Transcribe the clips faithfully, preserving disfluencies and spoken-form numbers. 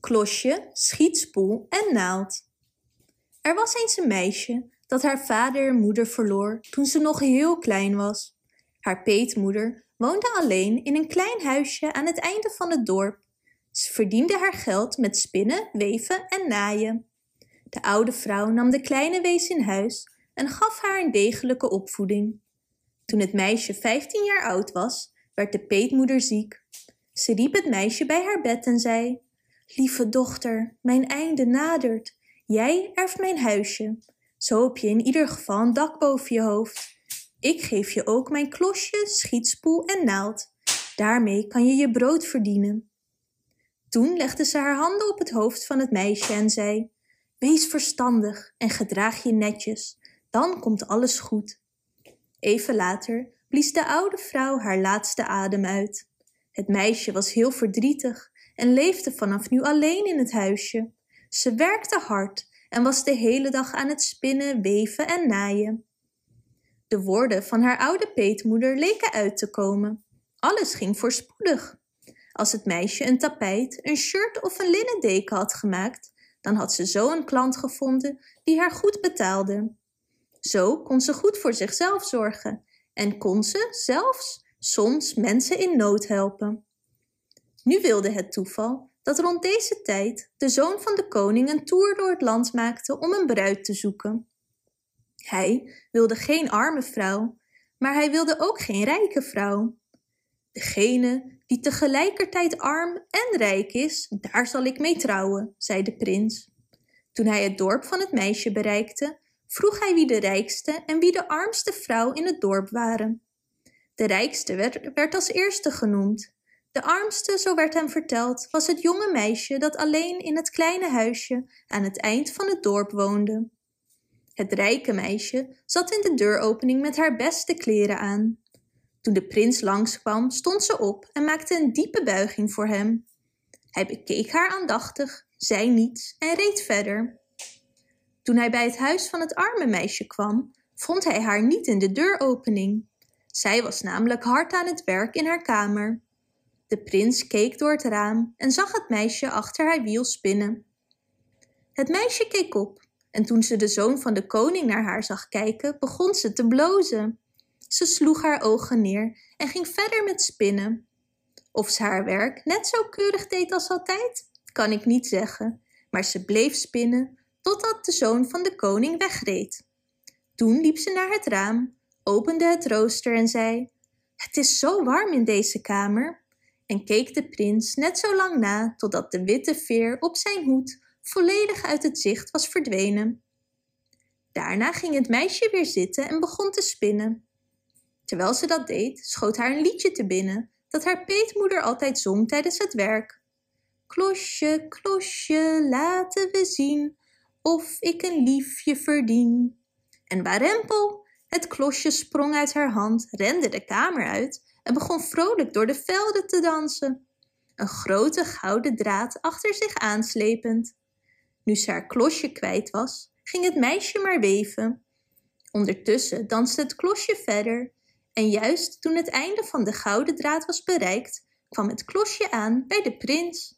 klosje, schietspoel en naald. Er was eens een meisje dat haar vader en moeder verloor toen ze nog heel klein was. Haar peetmoeder woonde alleen in een klein huisje aan het einde van het dorp. Ze verdiende haar geld met spinnen, weven en naaien. De oude vrouw nam de kleine wees in huis en gaf haar een degelijke opvoeding. Toen het meisje vijftien jaar oud was, werd de peetmoeder ziek. Ze riep het meisje bij haar bed en zei: "Lieve dochter, mijn einde nadert. Jij erft mijn huisje. Zo heb je in ieder geval een dak boven je hoofd. Ik geef je ook mijn klosje, schietspoel en naald. Daarmee kan je je brood verdienen." Toen legde ze haar handen op het hoofd van het meisje en zei: "Wees verstandig en gedraag je netjes. Dan komt alles goed." Even later blies de oude vrouw haar laatste adem uit. Het meisje was heel verdrietig en leefde vanaf nu alleen in het huisje. Ze werkte hard en was de hele dag aan het spinnen, weven en naaien. De woorden van haar oude peetmoeder leken uit te komen. Alles ging voorspoedig. Als het meisje een tapijt, een shirt of een linnen deken had gemaakt, dan had ze zo een klant gevonden die haar goed betaalde. Zo kon ze goed voor zichzelf zorgen en kon ze zelfs soms mensen in nood helpen. Nu wilde het toeval dat rond deze tijd de zoon van de koning een toer door het land maakte om een bruid te zoeken. Hij wilde geen arme vrouw, maar hij wilde ook geen rijke vrouw. Degene die tegelijkertijd arm en rijk is, daar zal ik mee trouwen, zei de prins. Toen hij het dorp van het meisje bereikte, vroeg hij wie de rijkste en wie de armste vrouw in het dorp waren. De rijkste werd, werd als eerste genoemd. De armste, zo werd hem verteld, was het jonge meisje dat alleen in het kleine huisje aan het eind van het dorp woonde. Het rijke meisje zat in de deuropening met haar beste kleren aan. Toen de prins langskwam, stond ze op en maakte een diepe buiging voor hem. Hij bekeek haar aandachtig, zei niets en reed verder. Toen hij bij het huis van het arme meisje kwam, vond hij haar niet in de deuropening. Zij was namelijk hard aan het werk in haar kamer. De prins keek door het raam en zag het meisje achter haar wiel spinnen. Het meisje keek op en toen ze de zoon van de koning naar haar zag kijken, begon ze te blozen. Ze sloeg haar ogen neer en ging verder met spinnen. Of ze haar werk net zo keurig deed als altijd, kan ik niet zeggen, maar ze bleef spinnen totdat de zoon van de koning wegreed. Toen liep ze naar het raam, opende het rooster en zei: "Het is zo warm in deze kamer," en keek de prins net zo lang na totdat de witte veer op zijn hoed volledig uit het zicht was verdwenen. Daarna ging het meisje weer zitten en begon te spinnen. Terwijl ze dat deed, schoot haar een liedje te binnen dat haar peetmoeder altijd zong tijdens het werk. "Klosje, klosje, laten we zien of ik een liefje verdien." En warempel, het klosje sprong uit haar hand, rende de kamer uit en begon vrolijk door de velden te dansen, een grote gouden draad achter zich aanslepend. Nu ze haar klosje kwijt was, ging het meisje maar weven. Ondertussen danste het klosje verder en juist toen het einde van de gouden draad was bereikt, kwam het klosje aan bij de prins.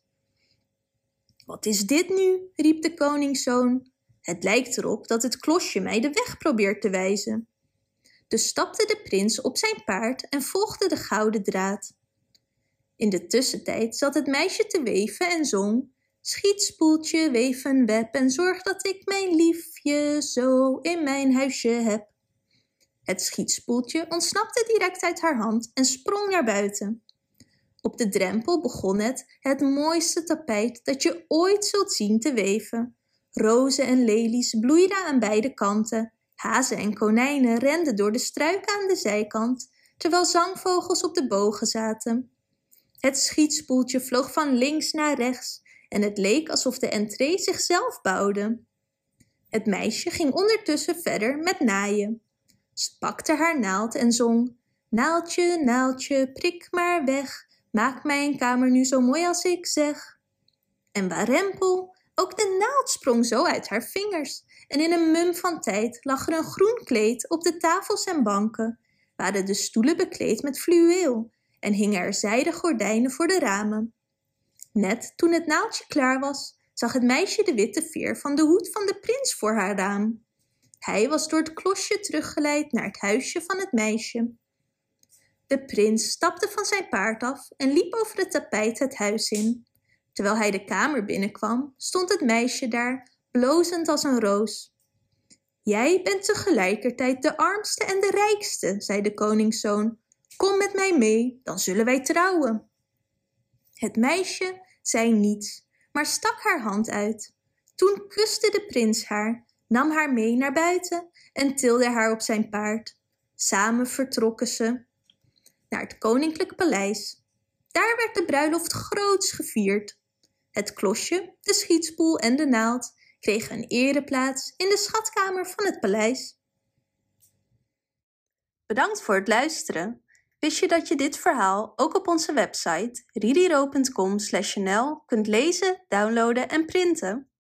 "Wat is dit nu?" riep de koningszoon. "Het lijkt erop dat het klosje mij de weg probeert te wijzen." Dus stapte de prins op zijn paard en volgde de gouden draad. In de tussentijd zat het meisje te weven en zong: "Schietspoeltje, weef een web en zorg dat ik mijn liefje zo in mijn huisje heb." Het schietspoeltje ontsnapte direct uit haar hand en sprong naar buiten. Op de drempel begon het het mooiste tapijt dat je ooit zult zien te weven. Rozen en lelies bloeiden aan beide kanten. Hazen en konijnen renden door de struiken aan de zijkant, terwijl zangvogels op de bogen zaten. Het schietspoeltje vloog van links naar rechts en het leek alsof de entree zichzelf bouwde. Het meisje ging ondertussen verder met naaien. Ze pakte haar naald en zong: "Naaldje, naaldje, prik maar weg, maak mijn kamer nu zo mooi als ik zeg." En warempel, ook de naald sprong zo uit haar vingers en in een mum van tijd lag er een groen kleed op de tafels en banken, waren de stoelen bekleed met fluweel en hingen er zijden gordijnen voor de ramen. Net toen het naaldje klaar was, zag het meisje de witte veer van de hoed van de prins voor haar raam. Hij was door het klosje teruggeleid naar het huisje van het meisje. De prins stapte van zijn paard af en liep over het tapijt het huis in. Terwijl hij de kamer binnenkwam, stond het meisje daar, blozend als een roos. Jij bent tegelijkertijd de armste en de rijkste, zei de koningszoon. Kom met mij mee, dan zullen wij trouwen. Het meisje zei niets, maar stak haar hand uit. Toen kuste de prins haar, nam haar mee naar buiten en tilde haar op zijn paard. Samen vertrokken ze naar het koninklijk paleis. Daar werd de bruiloft groots gevierd. Het klosje, de schietspoel en de naald kregen een ereplaats in de schatkamer van het paleis. Bedankt voor het luisteren. Wist je dat je dit verhaal ook op onze website ridiro punt com slash n l kunt lezen, downloaden en printen?